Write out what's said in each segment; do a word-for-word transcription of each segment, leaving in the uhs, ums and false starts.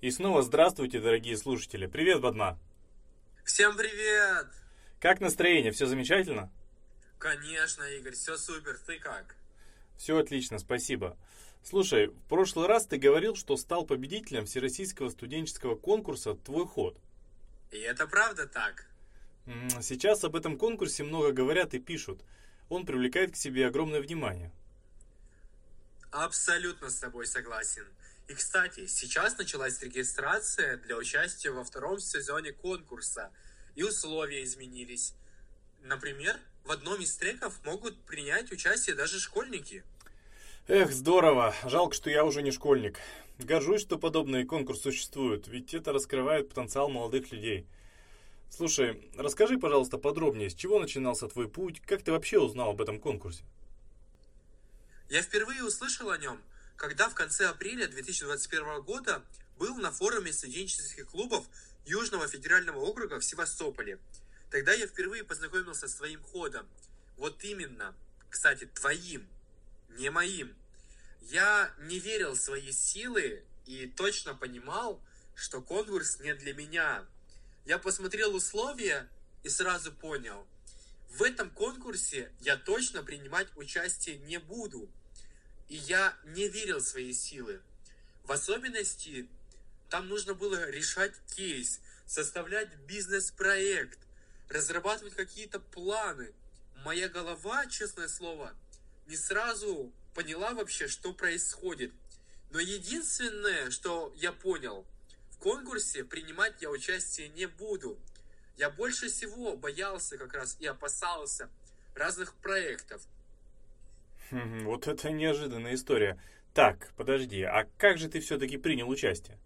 И снова здравствуйте, дорогие слушатели. Привет, Бадна. Всем привет! Как настроение? Все замечательно? Конечно, Игорь, все супер. Ты как? Все отлично, спасибо. Слушай, в прошлый раз ты говорил, что стал победителем Всероссийского студенческого конкурса «Твой ход». И это правда так. М, Сейчас об этом конкурсе много говорят и пишут. Он привлекает к себе огромное внимание. Абсолютно с тобой согласен. И, кстати, сейчас началась регистрация для участия во втором сезоне конкурса. И условия изменились. Например, в одном из треков могут принять участие даже школьники. Эх, здорово. Жалко, что я уже не школьник. Горжусь, что подобные конкурсы существуют, ведь это раскрывает потенциал молодых людей. Слушай, расскажи, пожалуйста, подробнее, с чего начинался твой путь, как ты вообще узнал об этом конкурсе? Я впервые услышал о нем, когда в конце апреля две тысячи двадцать первого года был на форуме студенческих клубов Южного федерального округа в Севастополе. Тогда я впервые познакомился с твоим ходом. Вот именно, кстати, твоим, не моим. Я не верил в свои силы и точно понимал, что конкурс не для меня. Я посмотрел условия и сразу понял, в этом конкурсе я точно принимать участие не буду. И я не верил в свои силы. В особенности, там нужно было решать кейс, составлять бизнес-проект, разрабатывать какие-то планы. Моя голова, честное слово, не сразу поняла вообще, что происходит. Но единственное, что я понял, в конкурсе принимать я участие не буду. Я больше всего боялся как раз и опасался разных проектов. Хм, Вот это неожиданная история. Так, подожди, а как же ты все-таки принял участие?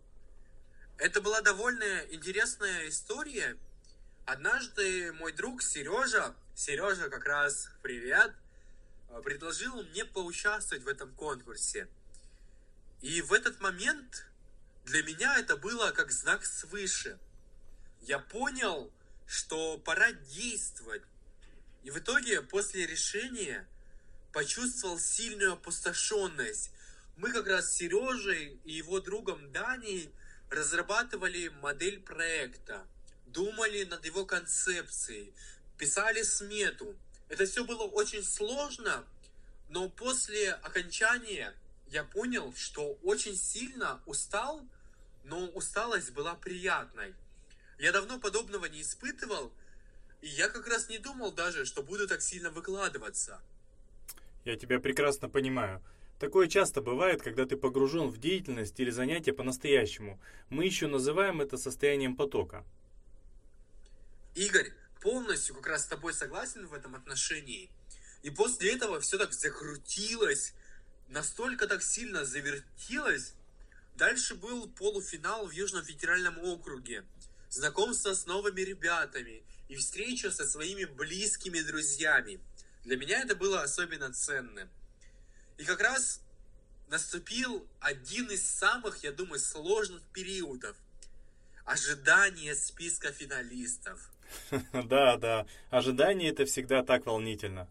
Это была довольно интересная история. Однажды мой друг Сережа, Сережа как раз привет, предложил мне поучаствовать в этом конкурсе. И в этот момент для меня это было как знак свыше. Я понял, что пора действовать. И в итоге после решения почувствовал сильную опустошенность. Мы как раз с Сережей и его другом Даней разрабатывали модель проекта, думали над его концепцией, писали смету. Это все было очень сложно, но после окончания я понял, что очень сильно устал, но усталость была приятной. Я давно подобного не испытывал, и я как раз не думал даже, что буду так сильно выкладываться. Я тебя прекрасно понимаю. Такое часто бывает, когда ты погружен в деятельность или занятие по-настоящему. Мы еще называем это состоянием потока. Игорь, полностью как раз с тобой согласен в этом отношении. И после этого все так закрутилось, настолько так сильно завертелось. Дальше был полуфинал в Южном федеральном округе, знакомство с новыми ребятами и встреча со своими близкими друзьями. Для меня это было особенно ценно. И как раз наступил один из самых, я думаю, сложных периодов. Ожидание списка финалистов. Да, да, ожидание это всегда так волнительно.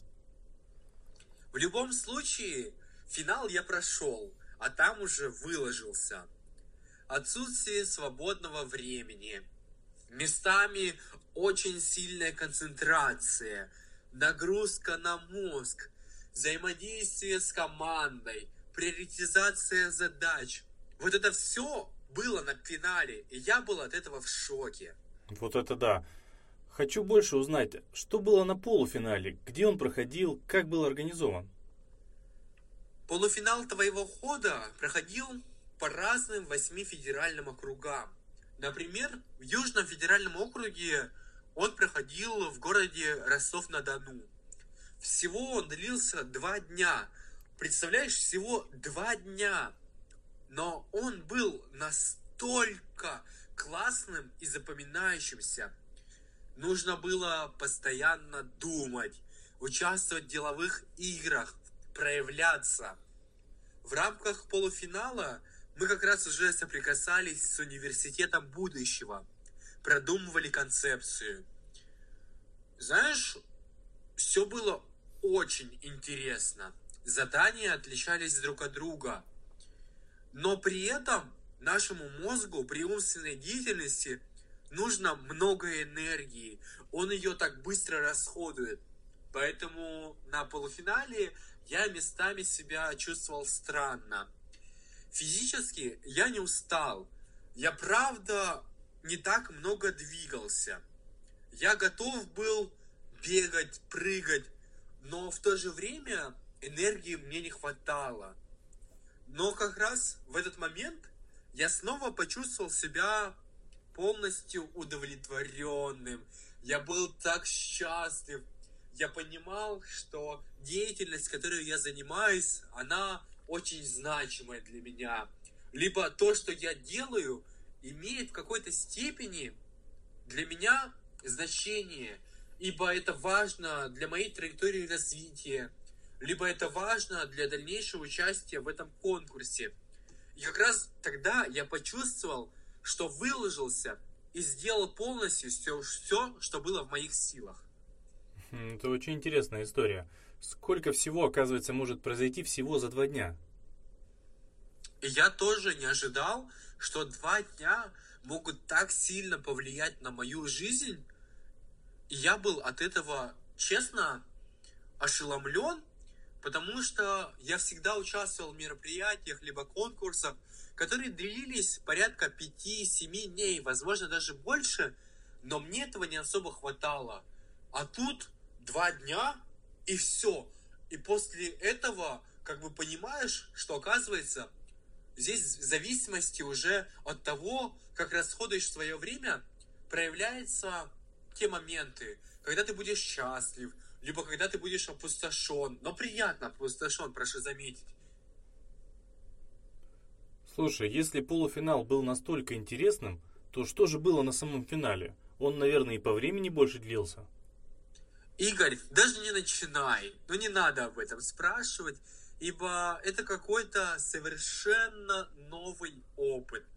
В любом случае, финал я прошел, а там уже выложился. Отсутствие свободного времени. Местами очень сильная концентрация. Нагрузка на мозг. Взаимодействие с командой. Приоритизация задач. Вот это все было на финале, и я был от этого в шоке. Вот это да. Хочу больше узнать, что было на полуфинале, где он проходил, как был организован. Полуфинал твоего хода проходил по разным восьми федеральным округам. Например, в Южном федеральном округе он проходил в городе Ростов-на-Дону. Всего он длился два дня. Представляешь, всего два дня. Но он был настолько классным и запоминающимся. Нужно было постоянно думать, участвовать в деловых играх, проявляться. В рамках полуфинала мы как раз уже соприкасались с университетом будущего, продумывали концепцию. Знаешь, все было очень интересно. Задания отличались друг от друга. Но при этом нашему мозгу при умственной деятельности нужно много энергии. Он ее так быстро расходует. Поэтому на полуфинале я местами себя чувствовал странно. Физически я не устал. Я правда не так много двигался. Я готов был бегать, прыгать, но в то же время энергии мне не хватало. Но как раз в этот момент я снова почувствовал себя полностью удовлетворенным. Я был так счастлив. Я понимал, что деятельность, которой я занимаюсь, она очень значимая для меня. Либо то, что я делаю, имеет в какой-то степени для меня значение, ибо это важно для моей траектории развития, либо это важно для дальнейшего участия в этом конкурсе. И как раз тогда я почувствовал, что выложился и сделал полностью все, все, что было в моих силах. Это очень интересная история. Сколько всего, оказывается, может произойти всего за два дня? И я тоже не ожидал, что два дня могут так сильно повлиять на мою жизнь. И я был от этого, честно, ошеломлен, потому что я всегда участвовал в мероприятиях либо конкурсах, которые длились порядка пяти-семи дней, возможно, даже больше, но мне этого не особо хватало. А тут два дня и все. И после этого, как бы понимаешь, что оказывается, здесь в зависимости уже от того, как расходуешь свое время, проявляются те моменты, когда ты будешь счастлив, либо когда ты будешь опустошен, но приятно опустошен, прошу заметить. Слушай, если полуфинал был настолько интересным, то что же было на самом финале? Он, наверное, и по времени больше длился. Игорь, даже не начинай. Ну не надо об этом спрашивать, ибо это какой-то совершенно новый опыт.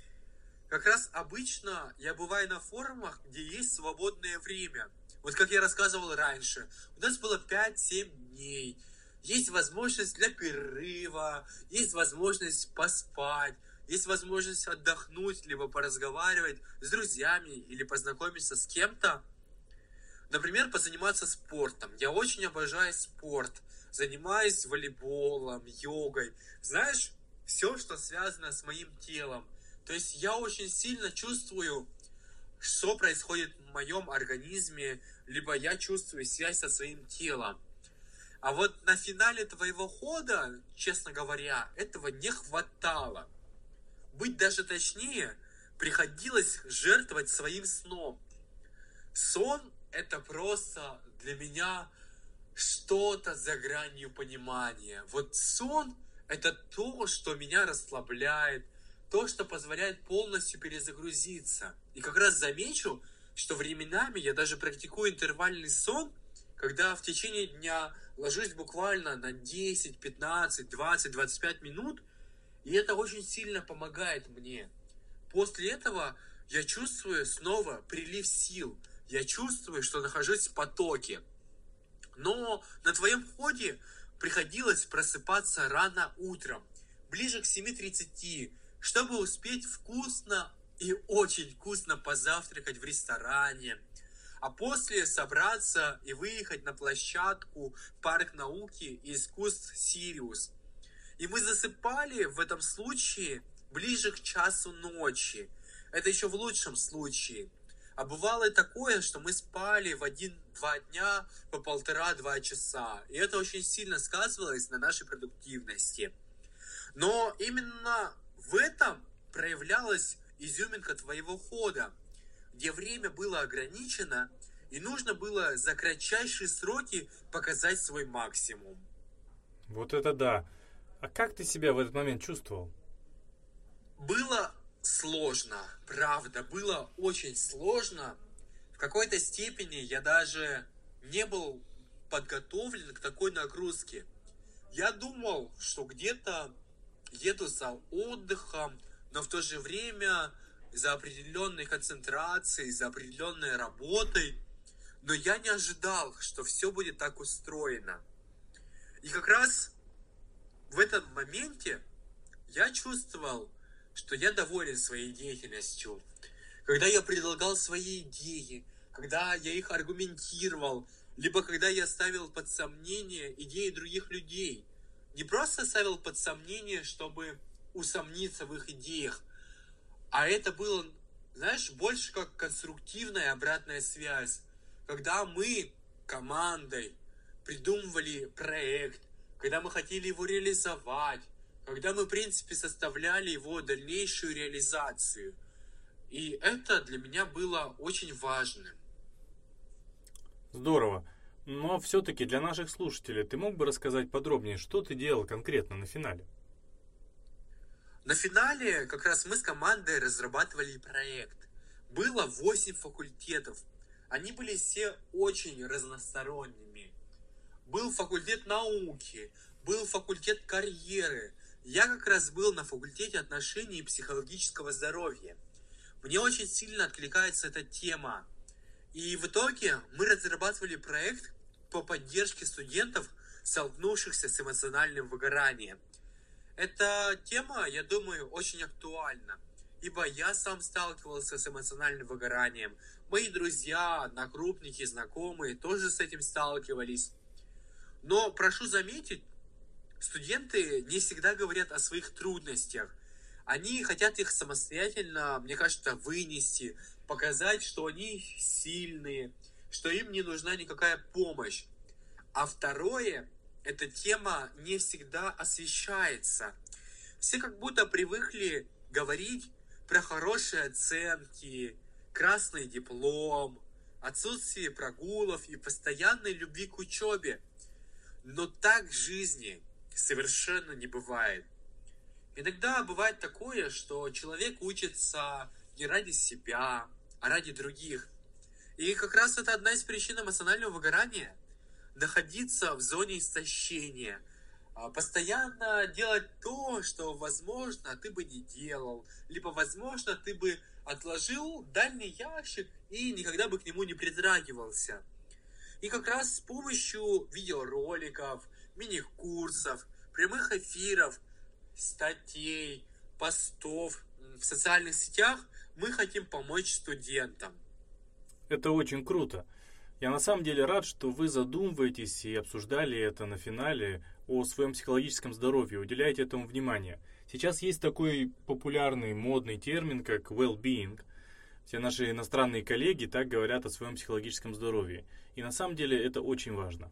Как раз обычно я бываю на форумах, где есть свободное время. Вот как я рассказывал раньше, у нас было пять-семь дней. Есть возможность для перерыва, есть возможность поспать, есть возможность отдохнуть, либо поразговаривать с друзьями или познакомиться с кем-то. Например, позаниматься спортом. Я очень обожаю спорт. Занимаюсь волейболом, йогой. Знаешь, все, что связано с моим телом. То есть я очень сильно чувствую, что происходит в моем организме, либо я чувствую связь со своим телом. А вот на финале твоего хода, честно говоря, этого не хватало. Быть даже точнее, приходилось жертвовать своим сном. Сон – это просто для меня что-то за гранью понимания. Вот сон – это то, что меня расслабляет, то, что позволяет полностью перезагрузиться. И как раз замечу, что временами я даже практикую интервальный сон, когда в течение дня ложусь буквально на десять, пятнадцать, двадцать, двадцать пять минут, и это очень сильно помогает мне. После этого я чувствую снова прилив сил, я чувствую, что нахожусь в потоке. Но на твоем ходе приходилось просыпаться рано утром, ближе к семи тридцати, чтобы успеть вкусно и очень вкусно позавтракать в ресторане, а после собраться и выехать на площадку Парк науки и искусств Сириус. И мы засыпали в этом случае ближе к часу ночи. Это еще в лучшем случае. А бывало и такое, что мы спали в один-два дня по полтора-два часа. И это очень сильно сказывалось на нашей продуктивности. Но именно в этом проявлялась изюминка твоего хода, где время было ограничено, и нужно было за кратчайшие сроки показать свой максимум. Вот это да. А как ты себя в этот момент чувствовал? Было сложно, правда, было очень сложно. В какой-то степени я даже не был подготовлен к такой нагрузке. Я думал, что где-то еду за отдыхом, но в то же время за определенной концентрацией, за определенной работой. Но я не ожидал, что все будет так устроено. И как раз в этом моменте я чувствовал, что я доволен своей деятельностью. Когда я предлагал свои идеи, когда я их аргументировал, либо когда я ставил под сомнение идеи других людей. Не просто ставил под сомнение, чтобы усомниться в их идеях, а это было, знаешь, больше как конструктивная обратная связь. Когда мы командой придумывали проект, когда мы хотели его реализовать, когда мы, в принципе, составляли его дальнейшую реализацию. И это для меня было очень важным. Здорово. Но все-таки для наших слушателей ты мог бы рассказать подробнее, что ты делал конкретно на финале? На финале как раз мы с командой разрабатывали проект. Было восемь факультетов. Они были все очень разносторонними. Был факультет науки, был факультет карьеры. Я как раз был на факультете отношений и психологического здоровья. Мне очень сильно откликается эта тема. И в итоге мы разрабатывали проект по поддержке студентов, столкнувшихся с эмоциональным выгоранием. Эта тема, я думаю, очень актуальна, ибо я сам сталкивался с эмоциональным выгоранием. Мои друзья, одногруппники, знакомые тоже с этим сталкивались. Но прошу заметить, студенты не всегда говорят о своих трудностях. Они хотят их самостоятельно, мне кажется, вынести, показать, что они сильные, что им не нужна никакая помощь. А второе, эта тема не всегда освещается. Все как будто привыкли говорить про хорошие оценки, красный диплом, отсутствие прогулов и постоянной любви к учебе. Но так в жизни совершенно не бывает. Иногда бывает такое, что человек учится не ради себя, а ради других. И как раз это одна из причин эмоционального выгорания. Находиться в зоне истощения. Постоянно делать то, что, возможно, ты бы не делал. Либо, возможно, ты бы отложил в дальний ящик и никогда бы к нему не притрагивался. И как раз с помощью видеороликов, мини-курсов, прямых эфиров, статей, постов в социальных сетях мы хотим помочь студентам. Это очень круто. Я на самом деле рад, что вы задумываетесь и обсуждали это на финале о своем психологическом здоровье, уделяете этому внимание. Сейчас есть такой популярный, модный термин, как well-being. Все наши иностранные коллеги так говорят о своем психологическом здоровье. И на самом деле это очень важно.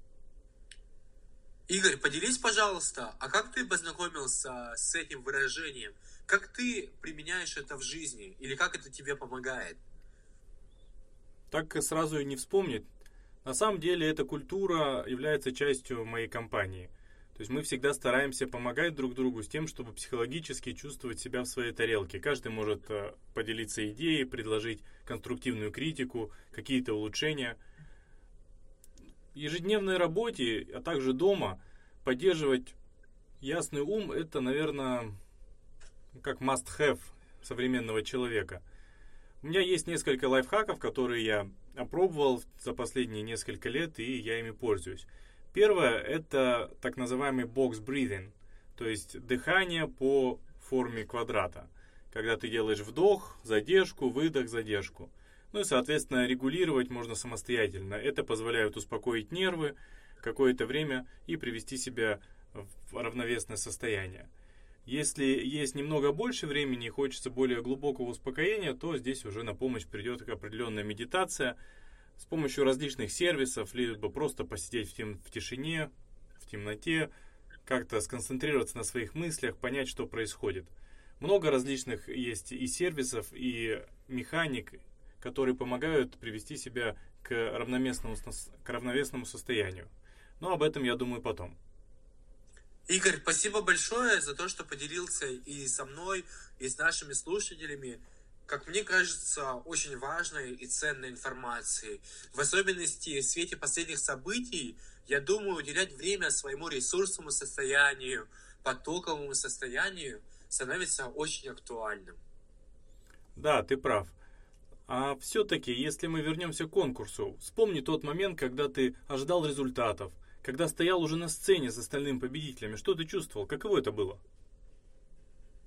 Игорь, поделись, пожалуйста, а как ты познакомился с этим выражением? Как ты применяешь это в жизни? Или как это тебе помогает? Так сразу и не вспомнить. На самом деле эта культура является частью моей компании. То есть мы всегда стараемся помогать друг другу с тем, чтобы психологически чувствовать себя в своей тарелке. Каждый может поделиться идеей, предложить конструктивную критику, какие-то улучшения. В ежедневной работе, а также дома поддерживать ясный ум – это, наверное, как must-have современного человека. У меня есть несколько лайфхаков, которые я опробовал за последние несколько лет, и я ими пользуюсь. Первое – это так называемый box breathing, то есть дыхание по форме квадрата. Когда ты делаешь вдох, задержку, выдох, задержку. Ну и, соответственно, регулировать можно самостоятельно. Это позволяет успокоить нервы какое-то время и привести себя в равновесное состояние. Если есть немного больше времени и хочется более глубокого успокоения, то здесь уже на помощь придет определенная медитация с помощью различных сервисов, либо просто посидеть в, тем, в тишине, в темноте, как-то сконцентрироваться на своих мыслях, понять, что происходит. Много различных есть и сервисов, и механик, которые помогают привести себя к равновесному, к равновесному состоянию. Но об этом, я думаю, потом. Игорь, спасибо большое за то, что поделился и со мной, и с нашими слушателями, как мне кажется, очень важной и ценной информацией. В особенности в свете последних событий, я думаю, уделять время своему ресурсному состоянию, потоковому состоянию становится очень актуальным. Да, ты прав. А все-таки, если мы вернемся к конкурсу, вспомни тот момент, когда ты ожидал результатов, когда стоял уже на сцене с остальными победителями. Что ты чувствовал? Каково это было?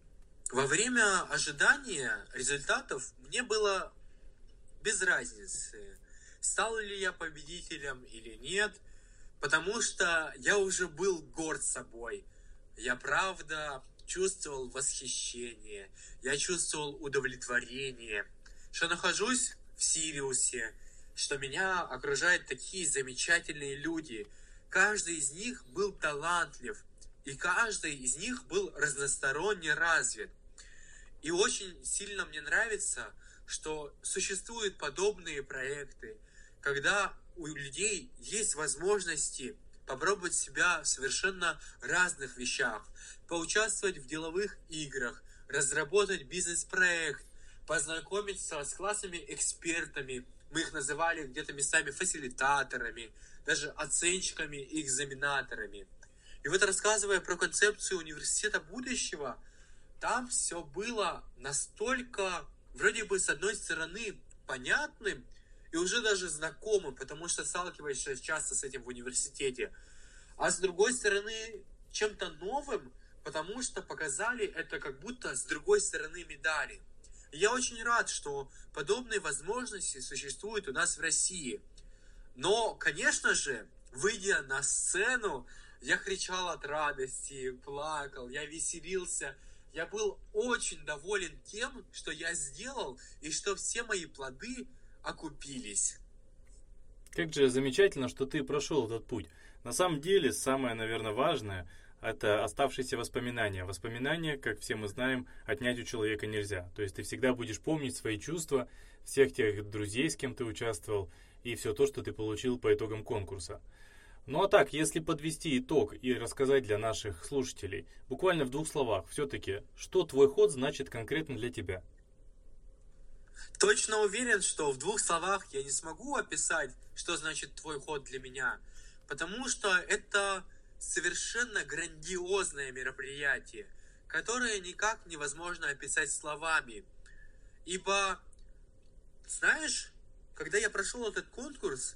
Во время ожидания результатов мне было без разницы, стал ли я победителем или нет, потому что я уже был горд собой. Я правда чувствовал восхищение, я чувствовал удовлетворение, что нахожусь в Сириусе, что меня окружают такие замечательные люди. Каждый из них был талантлив, и каждый из них был разносторонне развит. И очень сильно мне нравится, что существуют подобные проекты, когда у людей есть возможности попробовать себя в совершенно разных вещах, поучаствовать в деловых играх, разработать бизнес-проект, познакомиться с классными экспертами, мы их называли где-то местами фасилитаторами, даже оценщиками и экзаменаторами. И вот рассказывая про концепцию университета будущего, там все было настолько, вроде бы, с одной стороны, понятным и уже даже знакомым, потому что сталкиваешься часто с этим в университете, а с другой стороны, чем-то новым, потому что показали это как будто с другой стороны медали. И я очень рад, что подобные возможности существуют у нас в России. Но, конечно же, выйдя на сцену, я кричал от радости, плакал, я веселился. Я был очень доволен тем, что я сделал, и что все мои плоды окупились. Как же замечательно, что ты прошел этот путь. На самом деле, самое, наверное, важное – это оставшиеся воспоминания. Воспоминания, как все мы знаем, отнять у человека нельзя. То есть ты всегда будешь помнить свои чувства, всех тех друзей, с кем ты участвовал, и все то, что ты получил по итогам конкурса. Ну а так, если подвести итог и рассказать для наших слушателей, буквально в двух словах, все-таки, что твой ход значит конкретно для тебя? Точно уверен, что в двух словах я не смогу описать, что значит твой ход для меня, потому что это совершенно грандиозное мероприятие, которое никак невозможно описать словами. Ибо, знаешь, когда я прошел этот конкурс,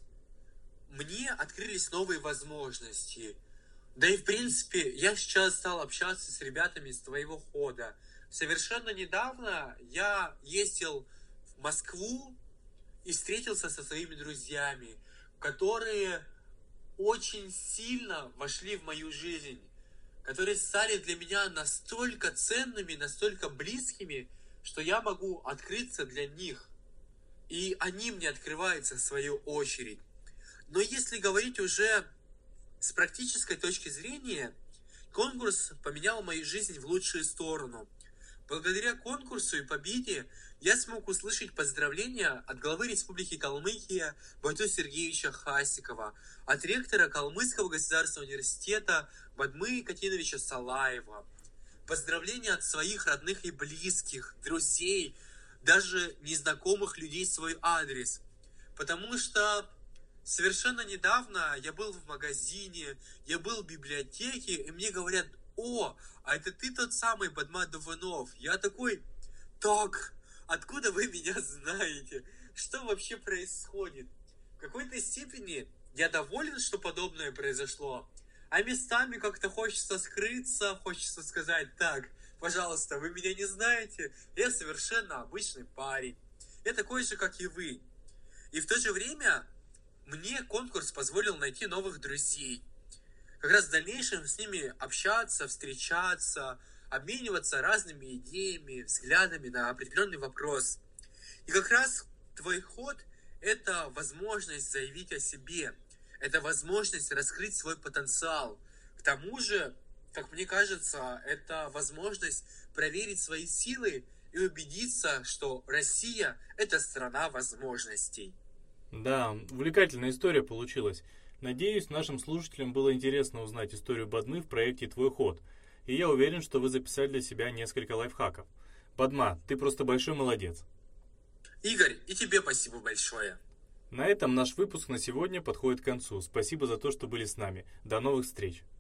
мне открылись новые возможности. Да и, в принципе, я сейчас стал общаться с ребятами из твоего хода. Совершенно недавно я ездил в Москву и встретился со своими друзьями, которые очень сильно вошли в мою жизнь, которые стали для меня настолько ценными, настолько близкими, что я могу открыться для них. И они мне открываются в свою очередь. Но если говорить уже с практической точки зрения, конкурс поменял мою жизнь в лучшую сторону. Благодаря конкурсу и победе я смог услышать поздравления от главы Республики Калмыкия Байту Сергеевича Хасикова, от ректора Калмыцкого государственного университета Бадмы Катиновича Салаева, поздравления от своих родных и близких, друзей, даже незнакомых людей в свой адрес. Потому что совершенно недавно я был в магазине, я был в библиотеке, и мне говорят: «О, а это ты тот самый Бадма Дуванов?» Я такой: «Так, откуда вы меня знаете? Что вообще происходит?» В какой-то степени я доволен, что подобное произошло, а местами как-то хочется скрыться, хочется сказать: «Так, пожалуйста, вы меня не знаете, я совершенно обычный парень, я такой же, как и вы». И в то же время мне конкурс позволил найти новых друзей. Как раз в дальнейшем с ними общаться, встречаться, обмениваться разными идеями, взглядами на определенный вопрос. И как раз твой ход – это возможность заявить о себе, это возможность раскрыть свой потенциал. К тому же, как мне кажется, это возможность проверить свои силы и убедиться, что Россия – это страна возможностей. Да, увлекательная история получилась. Надеюсь, нашим слушателям было интересно узнать историю Бадмы в проекте «Твой ход». И я уверен, что вы записали для себя несколько лайфхаков. Бадма, ты просто большой молодец. Игорь, и тебе спасибо большое. На этом наш выпуск на сегодня подходит к концу. Спасибо за то, что были с нами. До новых встреч.